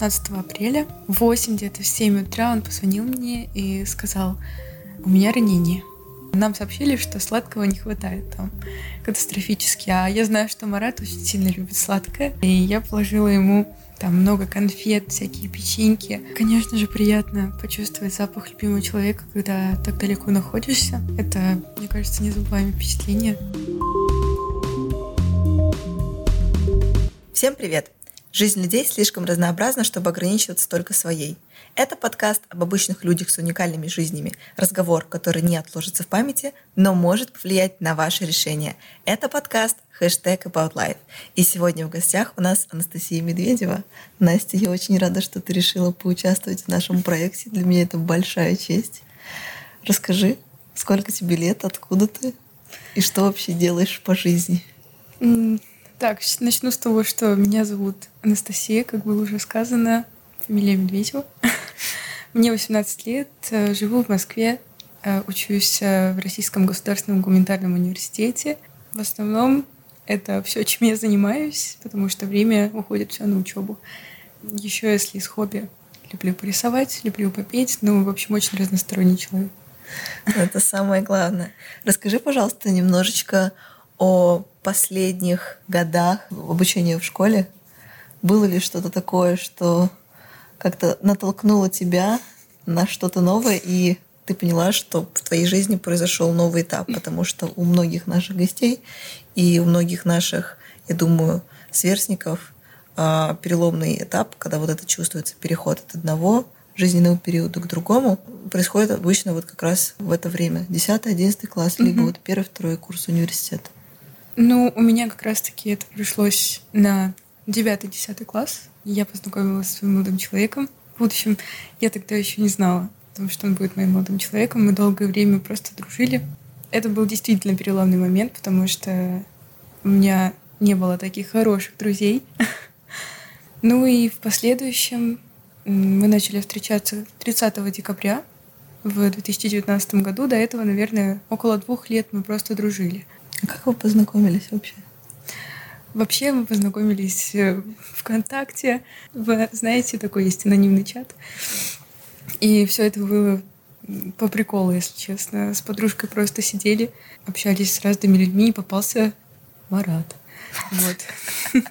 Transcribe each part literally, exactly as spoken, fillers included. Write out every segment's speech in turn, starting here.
шестнадцатого апреля в восемь, где-то в семь утра он позвонил мне и сказал: у меня ранение. Нам сообщили, что сладкого не хватает там катастрофически. А я знаю, что Марат очень сильно любит сладкое. И я положила ему там много конфет, всякие печеньки. Конечно же, приятно почувствовать запах любимого человека, когда так далеко находишься. Это, мне кажется, незабываемое впечатление. Всем привет! Жизнь людей слишком разнообразна, чтобы ограничиваться только своей. Это подкаст об обычных людях с уникальными жизнями. Разговор, который не отложится в памяти, но может повлиять на ваше решение. Это подкаст хэштег About Life. И сегодня в гостях у нас Анастасия Медведева. Настя, я очень рада, что ты решила поучаствовать в нашем проекте. Для меня это большая честь. Расскажи, сколько тебе лет, откуда ты и что вообще делаешь по жизни? Так, начну с того, что меня зовут Анастасия, как было уже сказано, фамилия Медведева. Мне восемнадцать лет, живу в Москве, учусь в Российском государственном гуманитарном университете. В основном это все, чем я занимаюсь, потому что время уходит все на учебу. Еще если из хобби, люблю порисовать, люблю попеть, ну, в общем, очень разносторонний человек. Это самое главное. Расскажи, пожалуйста, немножечко о последних годах обучения в школе. Было ли что-то такое, что как-то натолкнуло тебя на что-то новое, и ты поняла, что в твоей жизни произошел новый этап? Потому что у многих наших гостей и у многих наших, я думаю, сверстников переломный этап, когда вот это чувствуется переход от одного жизненного периода к другому, происходит обычно вот как раз в это время. десятый, одиннадцатый класс, либо mm-hmm. вот первый, второй курс университета. Ну, у меня как раз-таки это пришлось на девятый-десятый класс. Я познакомилась с своим молодым человеком. В общем, я тогда еще не знала, потому что он будет моим молодым человеком. Мы долгое время просто дружили. Это был действительно переломный момент, потому что у меня не было таких хороших друзей. Ну и в последующем мы начали встречаться тридцатого декабря в две тысячи девятнадцатом году. До этого, наверное, около двух лет мы просто дружили. А как вы познакомились вообще? Вообще мы познакомились ВКонтакте. В, знаете, такой есть анонимный чат. И все это было по приколу, если честно. С подружкой просто сидели, общались с разными людьми, и попался Марат. Вот.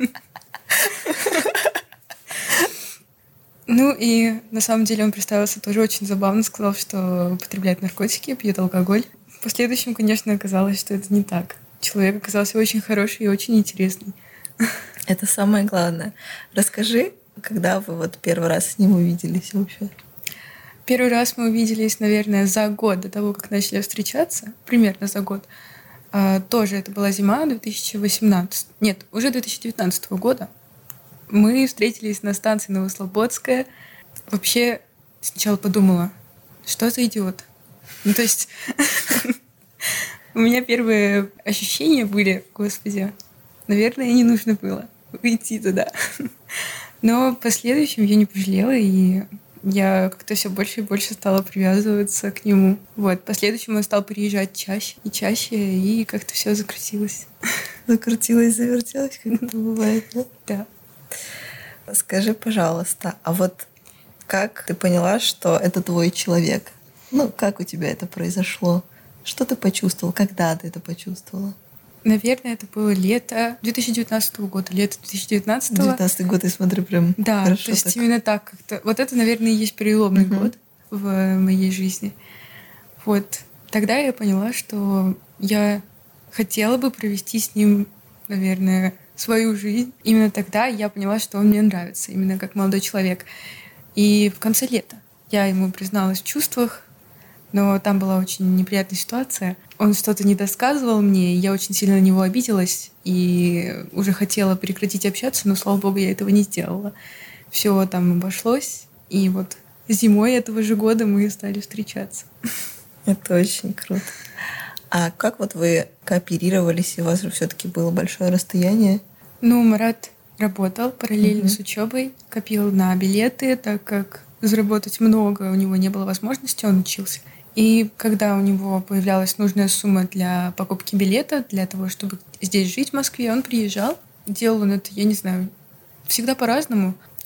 Ну и на самом деле он представился тоже очень забавно, сказал, что употребляет наркотики, пьет алкоголь. В последующем, конечно, оказалось, что это не так. Человек оказался очень хороший и очень интересный. Это самое главное. Расскажи, когда вы вот первый раз с ним увиделись вообще? Первый раз мы увиделись, наверное, за год до того, как начали встречаться. Примерно за год. А, тоже это была зима две тысячи восемнадцатого. Нет, уже две тысячи девятнадцатого года. Мы встретились на станции Новослободская. Вообще сначала подумала, что за идиот? Ну, то есть у меня первые ощущения были, господи, наверное, не нужно было идти туда. Но в последующем я не пожалела, и я как-то все больше и больше стала привязываться к нему. Вот, в последующем он стал приезжать чаще и чаще, и как-то все закрутилось. Закрутилось, завертелось, как это бывает, да? Да. Скажи, пожалуйста, а вот как ты поняла, что это твой человек? Ну, как у тебя это произошло? Что ты почувствовала? Когда ты это почувствовала? Наверное, это было лето две тысячи девятнадцатого года. Лето две тысячи девятнадцатого. девятнадцатый год, я смотрю, прям да, хорошо. То есть так. именно так как-то. Вот это, наверное, и есть переломный uh-huh. год в моей жизни. Вот. Тогда я поняла, что я хотела бы провести с ним, наверное, свою жизнь. Именно тогда я поняла, что он мне нравится, именно как молодой человек. И в конце лета я ему призналась в чувствах, но там была очень неприятная ситуация. Он что-то не досказывал мне, и я очень сильно на него обиделась и уже хотела прекратить общаться, но, слава богу, я этого не сделала. Все там обошлось, и вот зимой этого же года мы стали встречаться. Это очень круто. А как вот вы кооперировались, и у вас же все-таки было большое расстояние? Ну, Марат работал параллельно uh-huh. с учебой, копил на билеты, так как заработать много у него не было возможности, он учился. И когда у него появлялась нужная сумма для покупки билета, для того, чтобы здесь жить в Москве, он приезжал. Делал он это, я не знаю, всегда по-разному.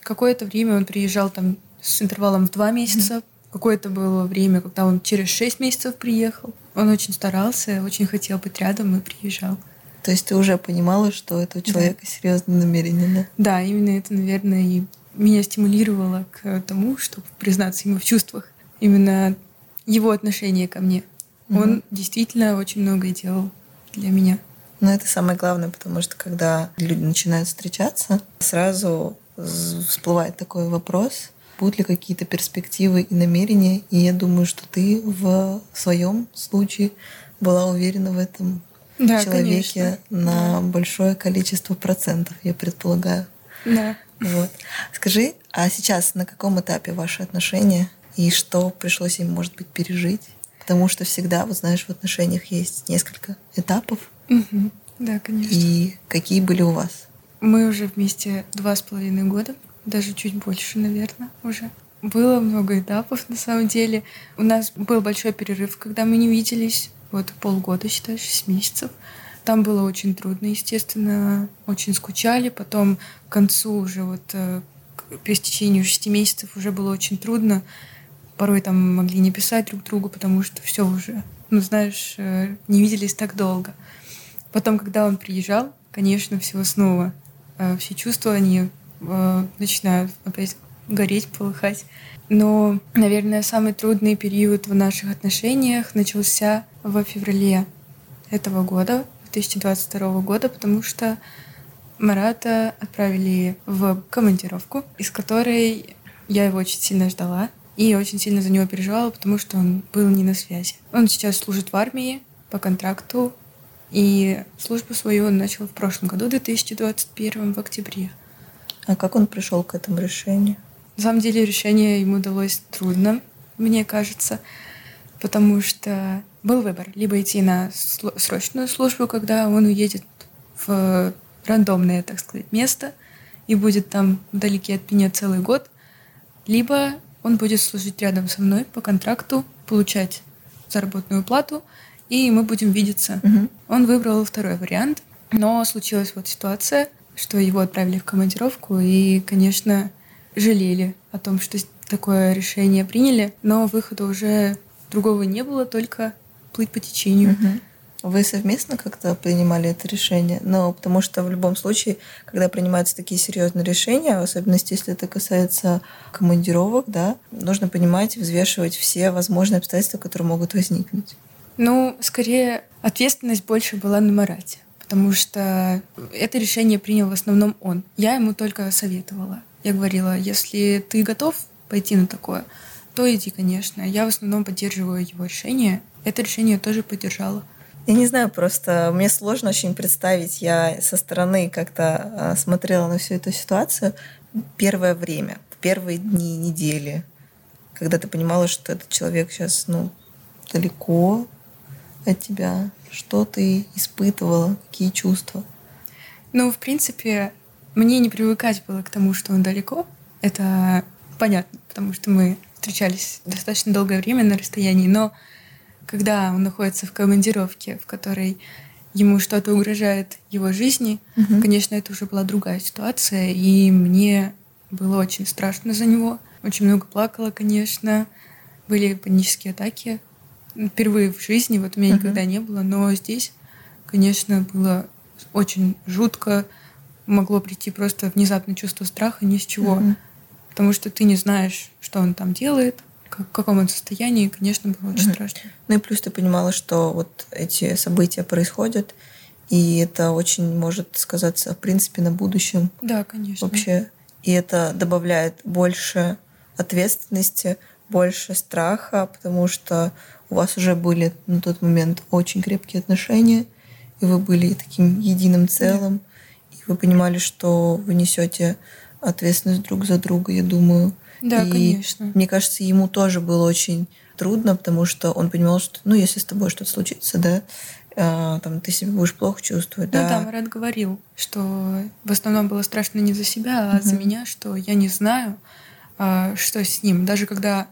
Какое-то время он приезжал там с интервалом в два месяца. Mm-hmm. Какое-то было время, когда он через шесть месяцев приехал. Он очень старался, очень хотел быть рядом и приезжал. То есть ты уже понимала, что это у человека да. серьезные намерения, да? Да, именно это, наверное, и меня стимулировало к тому, чтобы признаться ему в чувствах. Именно его отношение ко мне. Mm-hmm. Он действительно очень многое делал для меня. Ну, это самое главное, потому что когда люди начинают встречаться, сразу всплывает такой вопрос, будут ли какие-то перспективы и намерения. И я думаю, что ты в своем случае была уверена в этом да, человеке конечно. на да. большое количество процентов, я предполагаю. Да. Вот. Скажи, а сейчас на каком этапе ваши отношения и что пришлось им, может быть, пережить? Потому что всегда, вот знаешь, в отношениях есть несколько этапов. Угу. Да, конечно. И какие были у вас? Мы уже вместе два с половиной года, даже чуть больше, наверное, уже. Было много этапов, на самом деле. У нас был большой перерыв, когда мы не виделись. Вот полгода, считай, шесть месяцев. Там было очень трудно, естественно. Очень скучали. Потом к концу уже вот по истечению шести месяцев уже было очень трудно. Порой там могли не писать друг другу, потому что все уже, ну, знаешь, не виделись так долго. Потом, когда он приезжал, конечно, все снова, э, все чувства, они э, начинают опять гореть, полыхать. Но, наверное, самый трудный период в наших отношениях начался в феврале этого года, две тысячи двадцать второго года, потому что Марата отправили в командировку, из которой я его очень сильно ждала и очень сильно за него переживала, потому что он был не на связи. Он сейчас служит в армии по контракту, и службу свою он начал в прошлом году, в две тысячи двадцать первом, в октябре. А как он пришел к этому решению? На самом деле решение ему далось трудно, мне кажется, потому что был выбор. Либо идти на срочную службу, когда он уедет в рандомное, так сказать, место и будет там вдалеке от меня целый год, либо он будет служить рядом со мной по контракту, получать заработную плату, и мы будем видеться. Угу. Он выбрал второй вариант, но случилась вот ситуация, что его отправили в командировку, и, конечно, жалели о том, что такое решение приняли, но выхода уже другого не было, только плыть по течению. Угу. Вы совместно как-то принимали это решение? Ну, потому что в любом случае, когда принимаются такие серьезные решения, в особенности, если это касается командировок, да, нужно понимать и взвешивать все возможные обстоятельства, которые могут возникнуть. Ну, скорее, ответственность больше была на Марате, потому что это решение принял в основном он. Я ему только советовала. Я говорила, если ты готов пойти на такое, то иди, конечно. Я в основном поддерживаю его решение. Это решение я тоже поддержала. Я не знаю, просто мне сложно очень представить. Я со стороны как-то смотрела на всю эту ситуацию. Первое время, первые дни, недели, когда ты понимала, что этот человек сейчас, ну, далеко от тебя, что ты испытывала, какие чувства? Ну, в принципе, мне не привыкать было к тому, что он далеко. Это понятно, потому что мы встречались достаточно долгое время на расстоянии, но когда он находится в командировке, в которой ему что-то угрожает его жизни, угу. конечно, это уже была другая ситуация, и мне было очень страшно за него. Очень много плакала, конечно. Были панические атаки. Впервые в жизни, вот у меня uh-huh. никогда не было, но здесь, конечно, было очень жутко. Могло прийти просто внезапное чувство страха ни с чего. Uh-huh. Потому что ты не знаешь, что он там делает, в каком он состоянии, и, конечно, было очень uh-huh. страшно. Ну и плюс ты понимала, что вот эти события происходят, и это очень может сказаться, в принципе, на будущем. Да, конечно. Вообще. И это добавляет больше ответственности, больше страха, потому что у вас уже были на тот момент очень крепкие отношения, и вы были таким единым целым, да. И вы понимали, что вы несете ответственность друг за друга, я думаю. Да, и конечно. Мне кажется, ему тоже было очень трудно, потому что он понимал, что, ну, если с тобой что-то случится, да, э, там, ты себя будешь плохо чувствовать. Ну да, да, Марат говорил, что в основном было страшно не за себя, а угу. за меня, что я не знаю, что с ним. Даже когда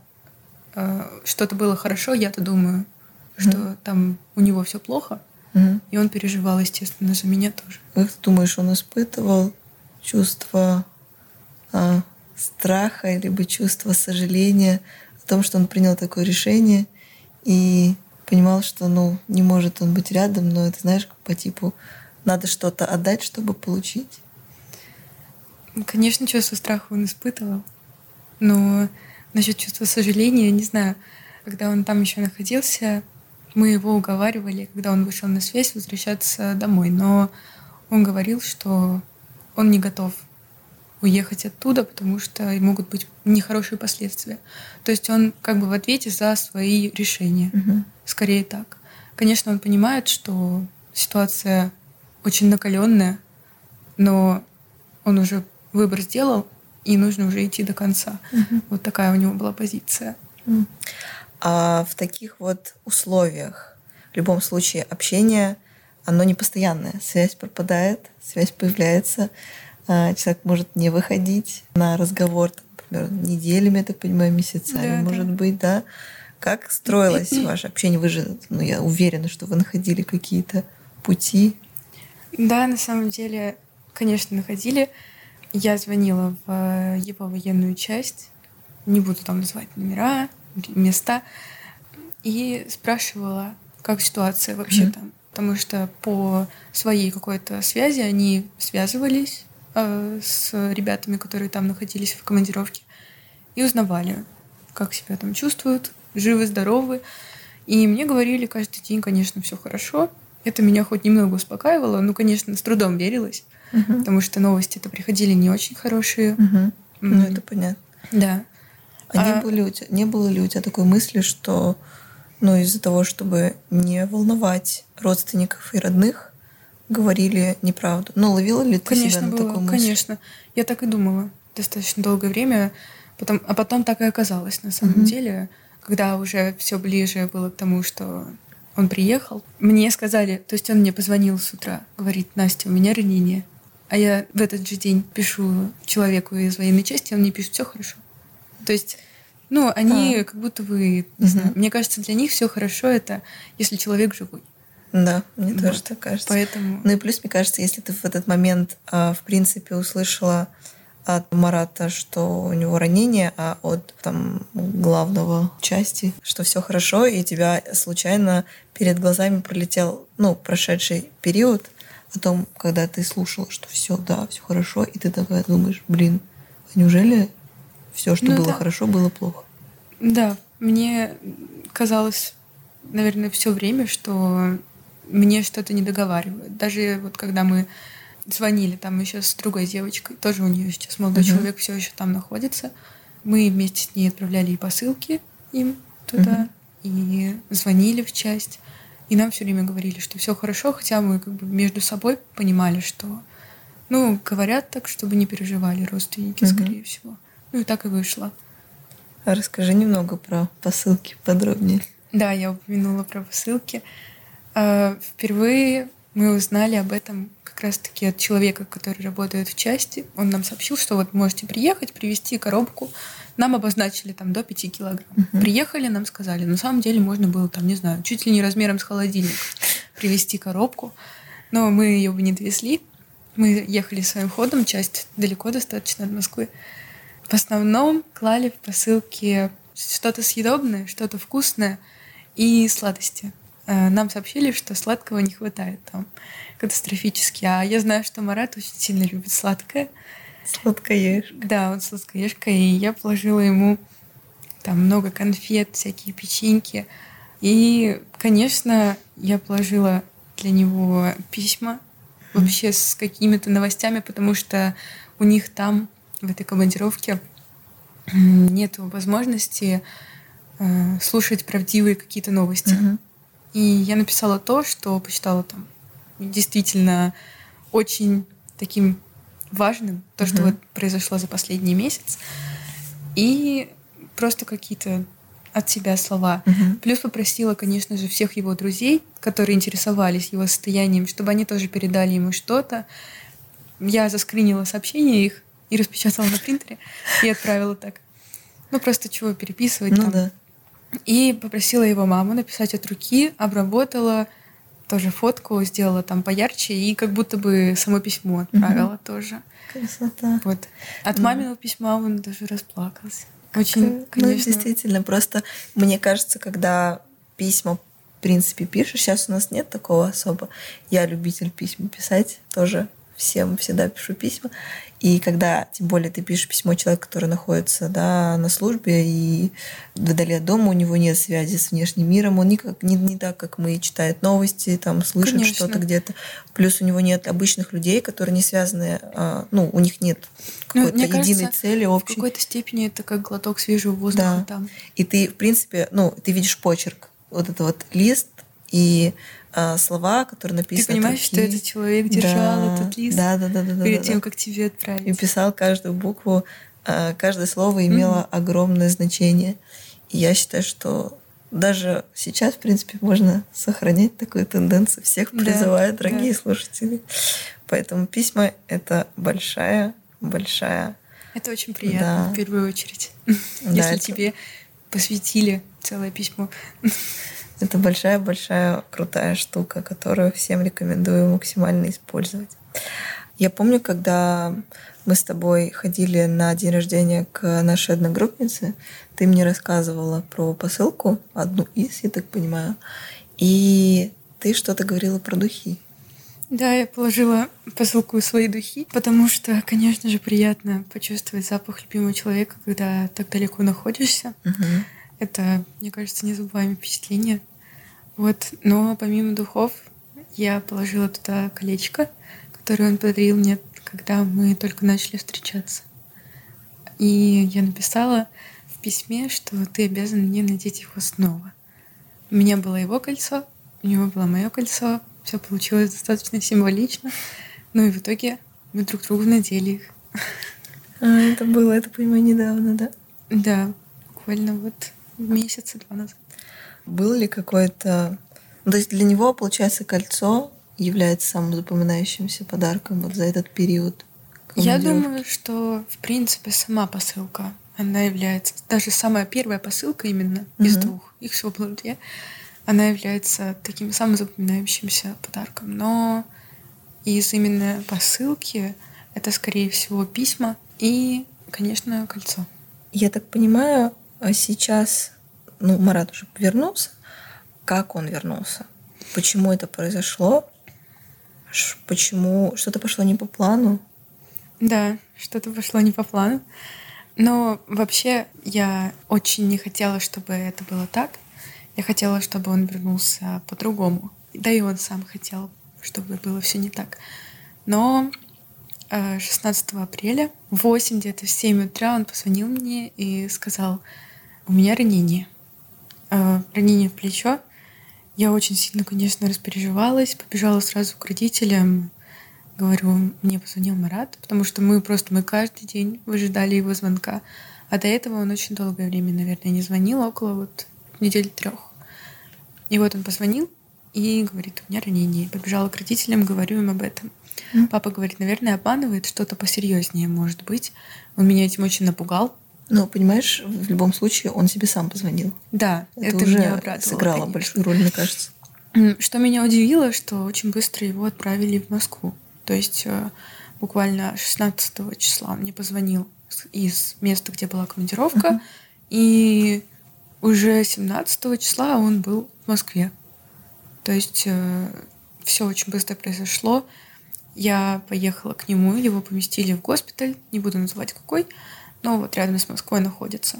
что-то было хорошо, я-то думаю, mm-hmm. что там у него все плохо, mm-hmm. и он переживал, естественно, за меня тоже. Как ты думаешь, он испытывал чувство а, страха, либо чувство сожаления о том, что он принял такое решение и понимал, что ну, не может он быть рядом, но это, знаешь, по типу надо что-то отдать, чтобы получить? Конечно, чувство страха он испытывал, но насчет чувства сожаления, не знаю, когда он там еще находился, мы его уговаривали, когда он вышел на связь, возвращаться домой, но он говорил, что он не готов уехать оттуда, потому что могут быть нехорошие последствия. То есть он как бы в ответе за свои решения. Угу. Скорее так. Конечно, он понимает, что ситуация очень накаленная, но он уже выбор сделал, и нужно уже идти до конца. Угу. Вот такая у него была позиция. А в таких вот условиях в любом случае общение, оно не постоянное. Связь пропадает, связь появляется. Человек может не выходить на разговор, например, неделями, я так понимаю, месяцами, да, может да. быть, да. Как строилось ваше общение? Вы же, ну, я уверена, что вы находили какие-то пути. Да, на самом деле, конечно, находили. Я звонила в его военную часть, не буду там называть номера, места, и спрашивала, как ситуация вообще mm-hmm. там. Потому что по своей какой-то связи они связывались э, с ребятами, которые там находились в командировке, и узнавали, как себя там чувствуют, живы, здоровы. И мне говорили каждый день, конечно, все хорошо. Это меня хоть немного успокаивало, но, конечно, с трудом верилось, uh-huh. потому что новости-то приходили не очень хорошие. Uh-huh. Mm-hmm. Ну, это понятно. Да. А, а... Не, было ли у тебя, не было ли у тебя такой мысли, что ну, из-за того, чтобы не волновать родственников и родных, говорили неправду? Ну, ловила ли ты конечно, себя на было, такую мысль? Конечно, я так и думала достаточно долгое время, потом, а потом так и оказалось на самом uh-huh. деле, когда уже все ближе было к тому, что он приехал. Мне сказали, то есть он мне позвонил с утра, говорит: Настя, у меня ранение. А я в этот же день пишу человеку из военной части, он мне пишет: все хорошо. То есть, ну, они а. как будто бы, не угу. знаю, мне кажется, для них все хорошо, это если человек живой. Да, мне вот. тоже так кажется. Поэтому... Ну и плюс, мне кажется, если ты в этот момент, в принципе, услышала от Марата, что у него ранение, а от там главного части, что все хорошо, и тебя случайно перед глазами пролетел, ну, прошедший период о том, когда ты слушала, что все, да, все хорошо, и ты такая думаешь: блин, а неужели все, что ну, было да. хорошо, было плохо? Да, мне казалось, наверное, все время, что мне что-то не договаривают. Даже вот когда мы звонили там еще с другой девочкой, тоже у нее сейчас молодой uh-huh. человек все еще там находится. Мы вместе с ней отправляли и посылки им туда, uh-huh. и звонили в часть. И нам все время говорили, что все хорошо, хотя мы как бы между собой понимали, что ну, говорят так, чтобы не переживали родственники, uh-huh. скорее всего. Ну и так и вышло. А расскажи немного про посылки подробнее. Да, я упомянула про посылки. Впервые мы узнали об этом как раз-таки от человека, который работает в части. Он нам сообщил, что вот можете приехать, привезти коробку. Нам обозначили там до пяти килограмм. Uh-huh. Приехали, нам сказали. На самом деле можно было там, не знаю, чуть ли не размером с холодильник привезти коробку. Но мы ее бы не довезли. Мы ехали своим ходом, часть далеко достаточно от Москвы. В основном клали в посылки что-то съедобное, что-то вкусное и сладости. Нам сообщили, что сладкого не хватает там катастрофически. А я знаю, что Марат очень сильно любит сладкое. Сладкоежка. Да, он сладкоежка. И я положила ему там много конфет, всякие печеньки. И, конечно, я положила для него письма mm-hmm. вообще с какими-то новостями, потому что у них там, в этой командировке, нет возможности э, слушать правдивые какие-то новости. Mm-hmm. И я написала то, что посчитала там действительно очень таким важным, то, что uh-huh. вот произошло за последний месяц. И просто какие-то от себя слова. Uh-huh. Плюс попросила, конечно же, всех его друзей, которые интересовались его состоянием, чтобы они тоже передали ему что-то. Я заскринила сообщения их и распечатала на принтере и отправила так. Ну, просто чего переписывать ну, там. Да. И попросила его маму написать от руки, обработала тоже фотку сделала там поярче и как будто бы само письмо отправила Мгм. тоже. Красота. Вот. От Ну, маминого письма он даже расплакался. Очень, ну, конечно, действительно, просто мне кажется, когда письма, в принципе, пишешь, сейчас у нас нет такого особо. Я любитель письма писать тоже. Всем всегда пишу письма. И когда, тем более, ты пишешь письмо человеку, который находится, да, на службе и вдали от дома, у него нет связи с внешним миром, он никак, не, не так, как мы, читает новости, там, слышит что-то конечно. где-то. Плюс у него нет обычных людей, которые не связаны, а, ну, у них нет Ну, какой-то мне единой кажется, цели в общей. какой-то степени это как глоток свежего воздуха Да. там. И ты, в принципе, ну, ты видишь почерк, вот это вот лист и а, слова, которые Ты написаны от понимаешь, что руки. этот человек держал Да, этот лист да, да, да, да, да, перед да, тем, да. как тебе И отправить. писал каждую букву, а, каждое слово имело Мгм. огромное значение. И я считаю, что даже сейчас, в принципе, можно сохранять такую тенденцию. Всех Да, призываю, да. дорогие слушатели. Поэтому письма — это большая, большая, Это очень приятно, в да, первую очередь. да, Если это, тебе посвятили целое письмо. это большая-большая крутая штука, которую всем рекомендую максимально использовать. Я помню, когда мы с тобой ходили на день рождения к нашей одногруппнице, ты мне рассказывала про посылку, одну из, я так понимаю, и ты что-то говорила про духи. Да, я положила посылку в свои духи, потому что, конечно же, приятно почувствовать запах любимого человека, когда так далеко находишься. Мгм. Это, мне кажется, незабываемое впечатление. Вот, но помимо духов я положила туда колечко, которое он подарил мне, когда мы только начали встречаться. И я написала в письме, что ты обязан мне надеть его снова. У меня было его кольцо, у него было мое кольцо. Все получилось достаточно символично. Ну и в итоге мы друг другу надели их. А, это было, это понимаю, недавно, да? Да, буквально вот месяца два назад. Был ли какой-то... Ну, то есть для него, получается, кольцо является самым запоминающимся подарком вот за этот период Я командировки. думаю, что, в принципе, сама посылка, она является, даже самая первая посылка именно из Мгм. двух, их всего было две, она является таким самым запоминающимся подарком. Но из именно посылки это, скорее всего, письма и, конечно, кольцо. Я так понимаю, а сейчас, ну, Марат уже вернулся. Как он вернулся? Почему это произошло? Ш- Почему что-то пошло не по плану? Да, что-то пошло не по плану. Но вообще я очень не хотела, чтобы это было так. Я хотела, чтобы он вернулся по-другому. Да и он сам хотел, чтобы было все не так. Но э, шестнадцатого апреля в восемь где-то в семь утра он позвонил мне и сказал: у меня ранение. Э, ранение в плечо. Я очень сильно, конечно, распереживалась, побежала сразу к родителям. Говорю, мне позвонил Марат, потому что мы просто, мы каждый день выжидали его звонка. А до этого он очень долгое время, наверное, не звонил, около вот недель трех. И вот он позвонил и говорит, у меня ранение. Побежала к родителям, говорю им об этом. М. Папа говорит, наверное, обманывает, что-то посерьезнее может быть. Он меня этим очень напугал. Ну, понимаешь, в любом случае он себе сам позвонил. Да, Это, это меня уже обрадовало, сыграло конечно. большую роль, мне кажется. М, Что меня удивило, что очень быстро его отправили в Москву. То есть э, буквально шестнадцатого числа он мне позвонил с- из места, где была командировка, Мгм. и уже семнадцатого числа он был в Москве. То есть все очень быстро произошло. Я поехала к нему, его поместили в госпиталь, не буду называть какой, но вот рядом с Москвой находится.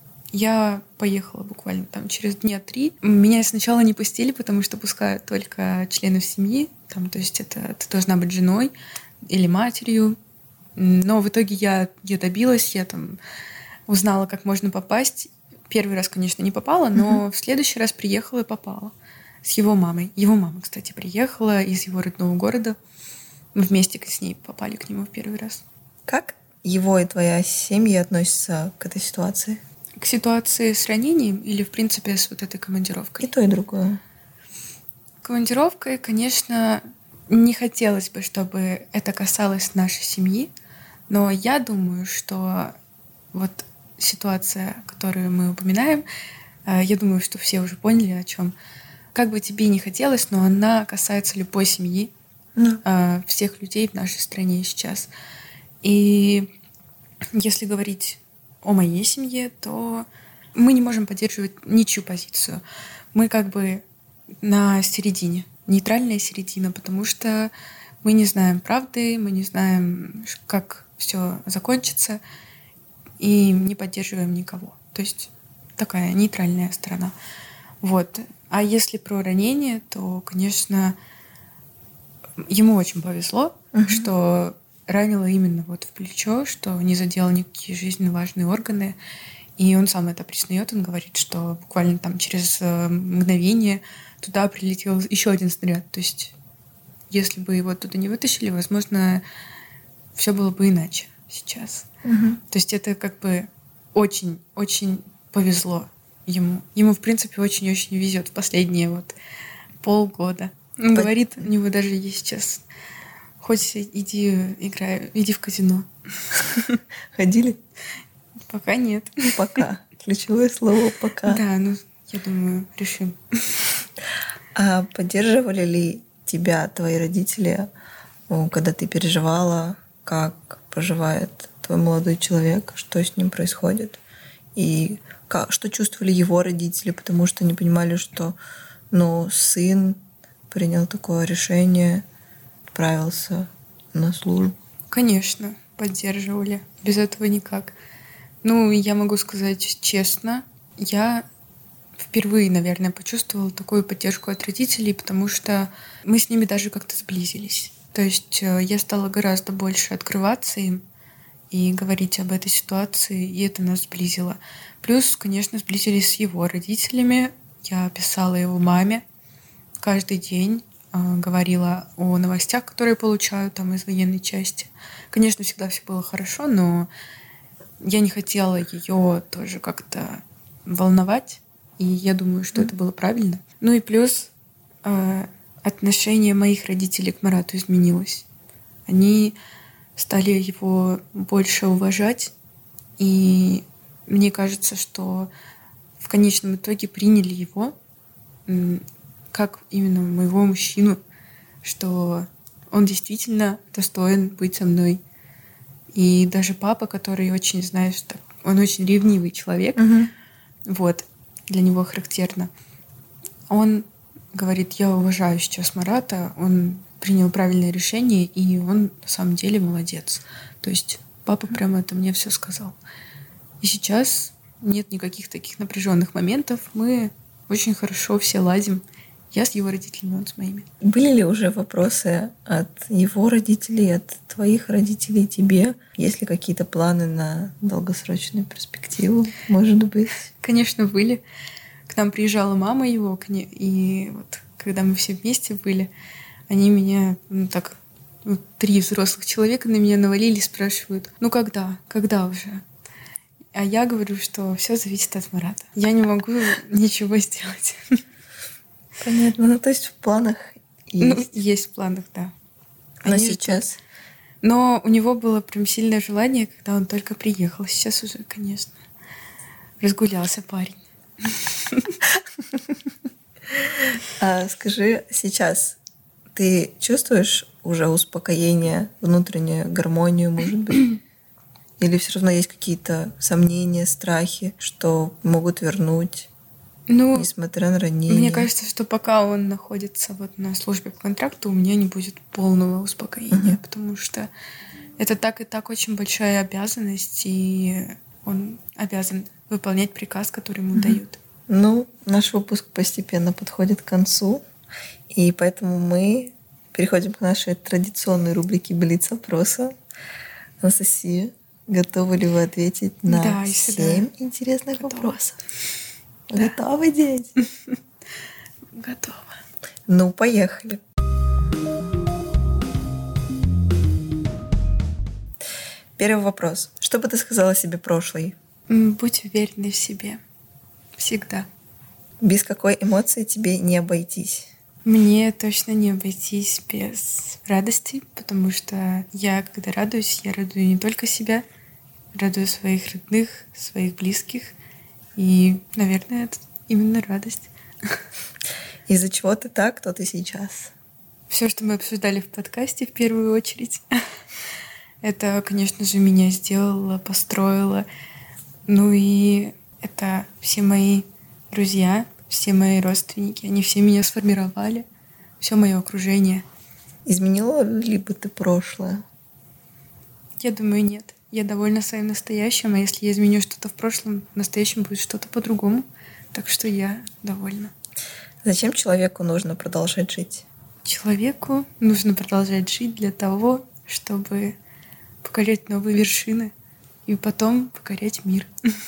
Я поехала буквально там через дня три. Меня сначала не пустили, потому что пускают только членов семьи. Там, то есть это ты должна быть женой или матерью. Но в итоге я ее добилась, я там узнала, как можно попасть. Первый раз, конечно, не попала, но Мгм. в следующий раз приехала и попала. С его мамой. Его мама, кстати, приехала из его родного города. Мы вместе с ней попали к нему в первый раз. Как его и твоя семья относятся к этой ситуации? К ситуации с ранением или, в принципе, с вот этой И командировкой? то, и другое. Командировкой, конечно, не хотелось бы, чтобы это касалось нашей семьи, но я думаю, что вот ситуация, которую мы упоминаем, э, я думаю, что все уже поняли, о чем. как бы тебе ни хотелось, но она касается любой семьи, Да. э, всех людей в нашей стране сейчас. И если говорить о моей семье, то мы не можем поддерживать ничью позицию. Мы как бы на середине, нейтральная середина, потому что мы не знаем правды, мы не знаем, ш- как все закончится, и не поддерживаем никого. То есть такая нейтральная сторона. Вот. А если про ранение, то, конечно, ему очень повезло, Мгм. что ранило именно вот в плечо, что не задело никакие жизненно важные органы. И он сам это признает, он говорит, что буквально там через э, мгновение туда прилетел еще один снаряд. То есть если бы его оттуда не вытащили, возможно, все было бы иначе сейчас. Мгм. То есть это как бы очень-очень повезло ему. Ему, в принципе, очень-очень везет в последние вот полгода. Он По- говорит, у него даже есть сейчас, хоть иди играй, иди в казино. Ходили? Пока нет. Пока. Ключевое слово «пока». Да, ну, я думаю, решим. А поддерживали ли тебя твои родители, о, когда ты переживала, как проживает твой молодой человек, что с ним происходит? И как, что чувствовали его родители, потому что они понимали, что ну, сын принял такое решение, отправился на службу. Конечно, поддерживали. Без этого никак. Ну, я могу сказать честно, я впервые, наверное, почувствовала такую поддержку от родителей, потому что мы с ними даже как-то сблизились. То есть э, я стала гораздо больше открываться им и говорить об этой ситуации, и это нас сблизило. Плюс, конечно, сблизились с его родителями. Я писала его маме каждый день, э, говорила о новостях, которые получаю там из военной части. Конечно, всегда все было хорошо, но я не хотела ее тоже как-то волновать, и я думаю, что это было правильно. Ну и плюс э, отношение моих родителей к Марату изменилось. Они стали его больше уважать, и мне кажется, что в конечном итоге приняли его м, как именно моего мужчину, что он действительно достоин быть со мной. И даже папа, который очень, знаешь, так, он очень ревнивый человек, Мгм. вот, для него характерно. Он говорит, я уважаю сейчас Марата, он принял правильное решение, и он на самом деле молодец. То есть папа прямо это мне все сказал. И сейчас нет никаких таких напряженных моментов. Мы очень хорошо все ладим. Я с его родителями, он с моими. Были ли уже вопросы от его родителей, от твоих родителей тебе? Есть ли какие-то планы на долгосрочную перспективу, может быть? Конечно, были. К нам приезжала мама его, к не- и вот когда мы все вместе были, они меня, ну так, ну, три взрослых человека на меня навалили и спрашивают, ну когда, когда уже? А я говорю, что все зависит от Марата. Я не могу ничего сделать. Понятно. Ну, то есть в планах Ну, есть. есть в планах, да. Но Они ждут. сейчас Но у него было прям сильное желание, когда он только приехал. Сейчас уже, конечно, разгулялся парень. А скажи, сейчас ты чувствуешь уже успокоение, внутреннюю гармонию, может быть? Или все равно есть какие-то сомнения, страхи, что могут вернуть, Ну, несмотря на ранение? мне кажется, что пока он находится вот на службе по контракту, у меня не будет полного успокоения, Мгм. потому что это так и так очень большая обязанность, и он обязан выполнять приказ, который ему дают. Ну, наш выпуск постепенно подходит к концу, и поэтому мы переходим к нашей традиционной рубрике «Блиц-опроса». Анастасия, готовы ли вы ответить на Да, и сюда семь интересных готова. вопросов? Готовы, дети? Готово. Ну, поехали. Первый вопрос. Что бы ты сказала себе прошлой? М, Будь уверенной в себе. Всегда. Без какой эмоции тебе не обойтись? Мне точно не обойтись без радости, потому что я, когда радуюсь, я радую не только себя, радую своих родных, своих близких. И, наверное, это именно радость. Из-за чего ты так, кто ты сейчас? Все, что мы обсуждали в подкасте в первую очередь, это, конечно же, меня сделало, построило. Ну и это все мои друзья, все мои родственники, они все меня сформировали, все мое окружение. Изменила ли бы ты прошлое? Я думаю, нет. Я довольна своим настоящим, а если я изменю что-то в прошлом, в настоящем будет что-то по-другому. Так что я довольна. Зачем человеку нужно продолжать жить? Человеку нужно продолжать жить для того, чтобы покорять новые вершины и потом покорять мир.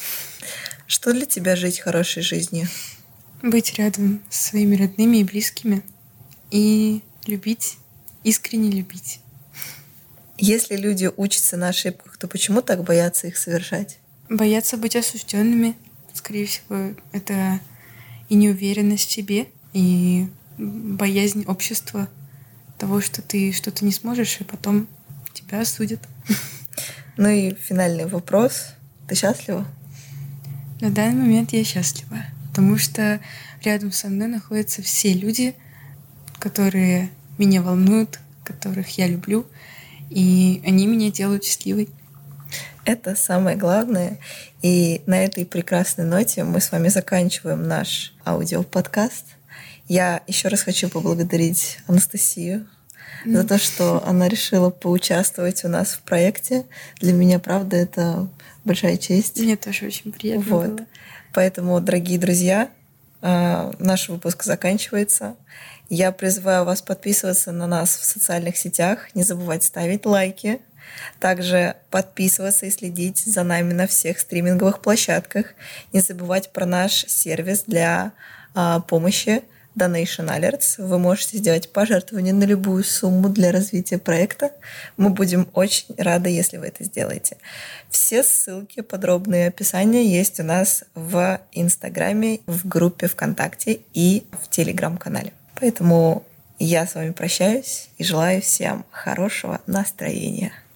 Что для тебя жить хорошей жизнью? Быть рядом с своими родными и близкими и любить, искренне любить. Если люди учатся на ошибках, то почему так боятся их совершать? Боятся быть осужденными. Скорее всего, это и неуверенность в себе, и боязнь общества того, что ты что-то не сможешь, и потом тебя осудят. Ну и финальный вопрос. Ты счастлива? На данный момент я счастлива, потому что рядом со мной находятся все люди, которые меня волнуют, которых я люблю, и они меня делают счастливой. Это самое главное. И на этой прекрасной ноте мы с вами заканчиваем наш аудиоподкаст. Я еще раз хочу поблагодарить Анастасию mm. за то, что она решила поучаствовать у нас в проекте. Для меня, правда, это большая честь. Мне тоже очень приятно вот. было. Поэтому, дорогие друзья, наш выпуск заканчивается. Я призываю вас подписываться на нас в социальных сетях, не забывать ставить лайки, также подписываться и следить за нами на всех стриминговых площадках, не забывать про наш сервис для а, помощи Donation Alerts. Вы можете сделать пожертвование на любую сумму для развития проекта. Мы будем очень рады, если вы это сделаете. Все ссылки, подробные описания есть у нас в Инстаграме, в группе ВКонтакте и в Телеграм-канале. Поэтому я с вами прощаюсь и желаю всем хорошего настроения.